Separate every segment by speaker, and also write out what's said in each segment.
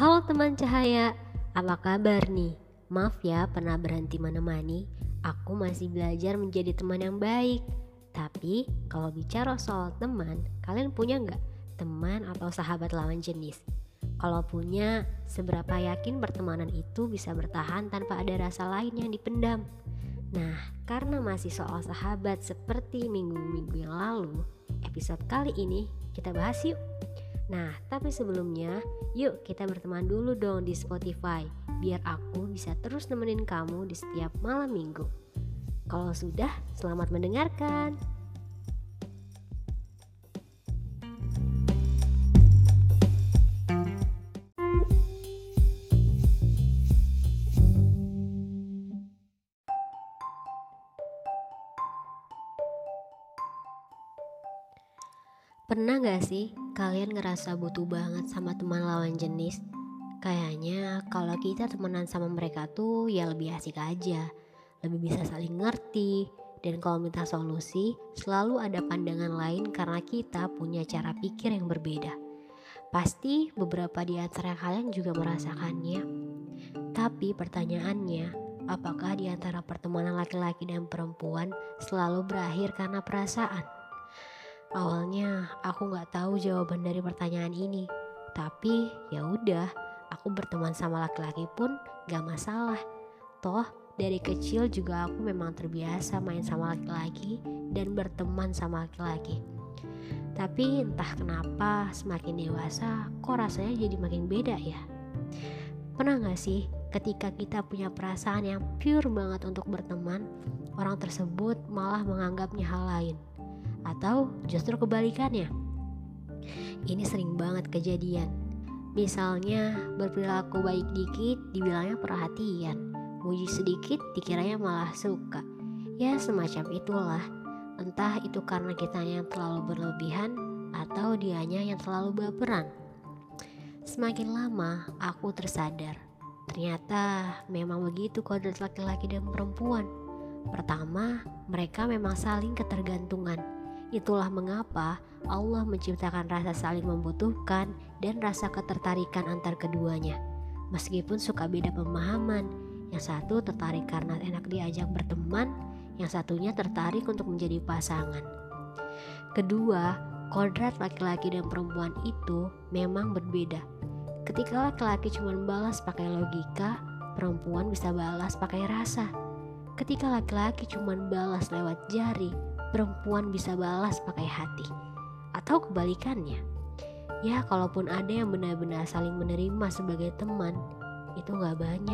Speaker 1: Halo teman cahaya, apa kabar nih? Maaf ya pernah berhenti menemani. Aku masih belajar menjadi teman yang baik. Tapi kalau bicara soal teman, kalian punya nggak teman atau sahabat lawan jenis? Kalau punya, seberapa yakin pertemanan itu bisa bertahan tanpa ada rasa lain yang dipendam? Nah, karena masih soal sahabat seperti minggu-minggu yang lalu, episode kali ini kita bahas yuk. Nah, tapi sebelumnya, yuk kita berteman dulu dong di Spotify, biar aku bisa terus nemenin kamu di setiap malam minggu. Kalau sudah, selamat mendengarkan. Pernah gak sih kalian ngerasa butuh banget sama teman lawan jenis? Kayaknya kalau kita temenan sama mereka tuh ya lebih asik aja, lebih bisa saling ngerti, dan kalau minta solusi selalu ada pandangan lain karena kita punya cara pikir yang berbeda. Pasti beberapa di antara kalian juga merasakannya. Tapi pertanyaannya, apakah di antara pertemanan laki-laki dan perempuan selalu berakhir karena perasaan? Awalnya aku nggak tahu jawaban dari pertanyaan ini, tapi ya udah, aku berteman sama laki-laki pun gak masalah. Toh dari kecil juga aku memang terbiasa main sama laki-laki dan berteman sama laki-laki. Tapi entah kenapa semakin dewasa kok rasanya jadi makin beda ya. Pernah gak sih ketika kita punya perasaan yang pure banget untuk berteman, orang tersebut malah menganggapnya hal lain? Atau justru kebalikannya? Ini sering banget kejadian. Misalnya berperilaku baik dikit dibilangnya perhatian, muji sedikit dikiranya malah suka. Ya semacam itulah. Entah itu karena kita yang terlalu berlebihan atau dianya yang terlalu baperan. Semakin lama aku tersadar, ternyata memang begitu kodrat laki-laki dan perempuan. Pertama, mereka memang saling ketergantungan. Itulah mengapa Allah menciptakan rasa saling membutuhkan dan rasa ketertarikan antar keduanya. Meskipun suka beda pemahaman, yang satu tertarik karena enak diajak berteman, yang satunya tertarik untuk menjadi pasangan. Kedua, kodrat laki-laki dan perempuan itu memang berbeda. Ketika laki-laki cuma balas pakai logika, perempuan bisa balas pakai rasa. Ketika laki-laki cuma balas lewat jari, perempuan bisa balas pakai hati. Atau kebalikannya. Ya kalaupun ada yang benar-benar saling menerima sebagai teman, itu gak banyak.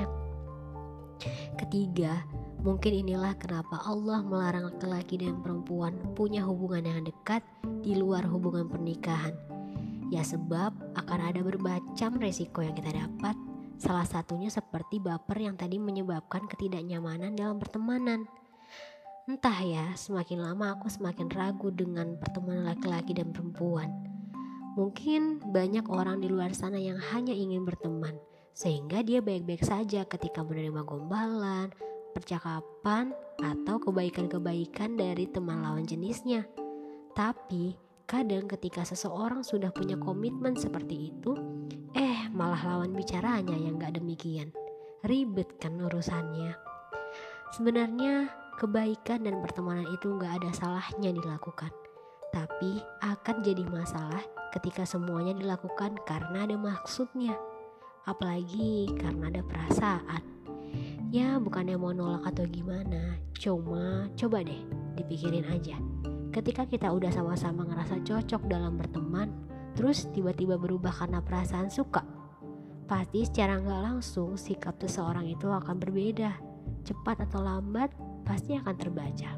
Speaker 1: Ketiga, mungkin inilah kenapa Allah melarang laki-laki dan perempuan punya hubungan yang dekat di luar hubungan pernikahan. Ya sebab akan ada bermacam resiko yang kita dapat. Salah satunya seperti baper yang tadi menyebabkan ketidaknyamanan dalam pertemanan. Entah ya, semakin lama aku semakin ragu dengan pertemanan laki-laki dan perempuan. Mungkin banyak orang di luar sana yang hanya ingin berteman, sehingga dia baik-baik saja ketika menerima gombalan, percakapan, atau kebaikan-kebaikan dari teman lawan jenisnya. Tapi kadang ketika seseorang sudah punya komitmen seperti itu, malah lawan bicaranya yang gak demikian. Ribet kan urusannya. Sebenarnya kebaikan dan pertemanan itu gak ada salahnya dilakukan, tapi akan jadi masalah ketika semuanya dilakukan karena ada maksudnya, apalagi karena ada perasaan. Ya bukannya mau nolak atau gimana, cuma coba deh dipikirin aja. Ketika kita udah sama-sama ngerasa cocok dalam berteman, terus tiba-tiba berubah karena perasaan suka, pasti secara gak langsung sikap seseorang itu akan berbeda. Cepat atau lambat pasti akan terbaca.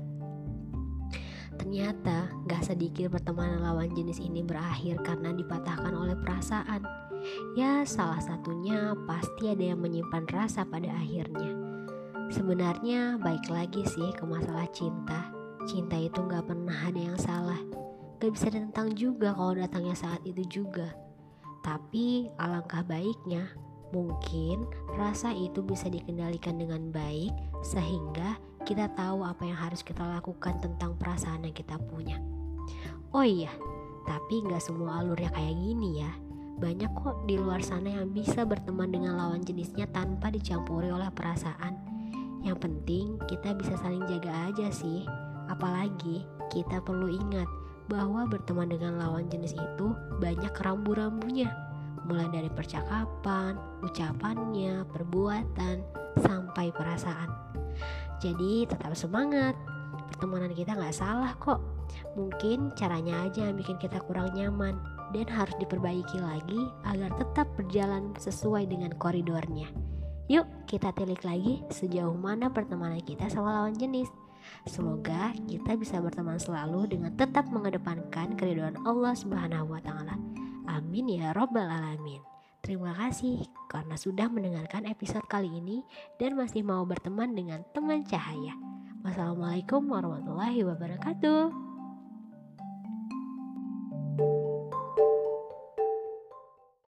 Speaker 1: Ternyata gak sedikit pertemanan lawan jenis ini berakhir karena dipatahkan oleh perasaan. Ya salah satunya pasti ada yang menyimpan rasa pada akhirnya. Sebenarnya baik lagi sih ke masalah cinta. Cinta itu gak pernah ada yang salah. Gak bisa ditentang juga kalau datangnya saat itu juga. Tapi alangkah baiknya mungkin rasa itu bisa dikendalikan dengan baik sehingga kita tahu apa yang harus kita lakukan tentang perasaan yang kita punya. Oh iya, tapi gak semua alurnya kayak gini ya. Banyak kok di luar sana yang bisa berteman dengan lawan jenisnya tanpa dicampuri oleh perasaan. Yang penting kita bisa saling jaga aja sih. Apalagi kita perlu ingat bahwa berteman dengan lawan jenis itu banyak rambu-rambunya. Mulai dari percakapan, ucapannya, perbuatan, sampai perasaan. Jadi tetap semangat. Pertemanan kita gak salah kok. Mungkin caranya aja yang bikin kita kurang nyaman dan harus diperbaiki lagi agar tetap berjalan sesuai dengan koridornya. Yuk kita tilik lagi sejauh mana pertemanan kita sama lawan jenis. Semoga kita bisa berteman selalu dengan tetap mengedepankan keridhaan Allah Subhanahu wa Ta'ala. Amin ya Rabbal Alamin. Terima kasih karena sudah mendengarkan episode kali ini dan masih mau berteman dengan teman cahaya. Wassalamualaikum warahmatullahi wabarakatuh.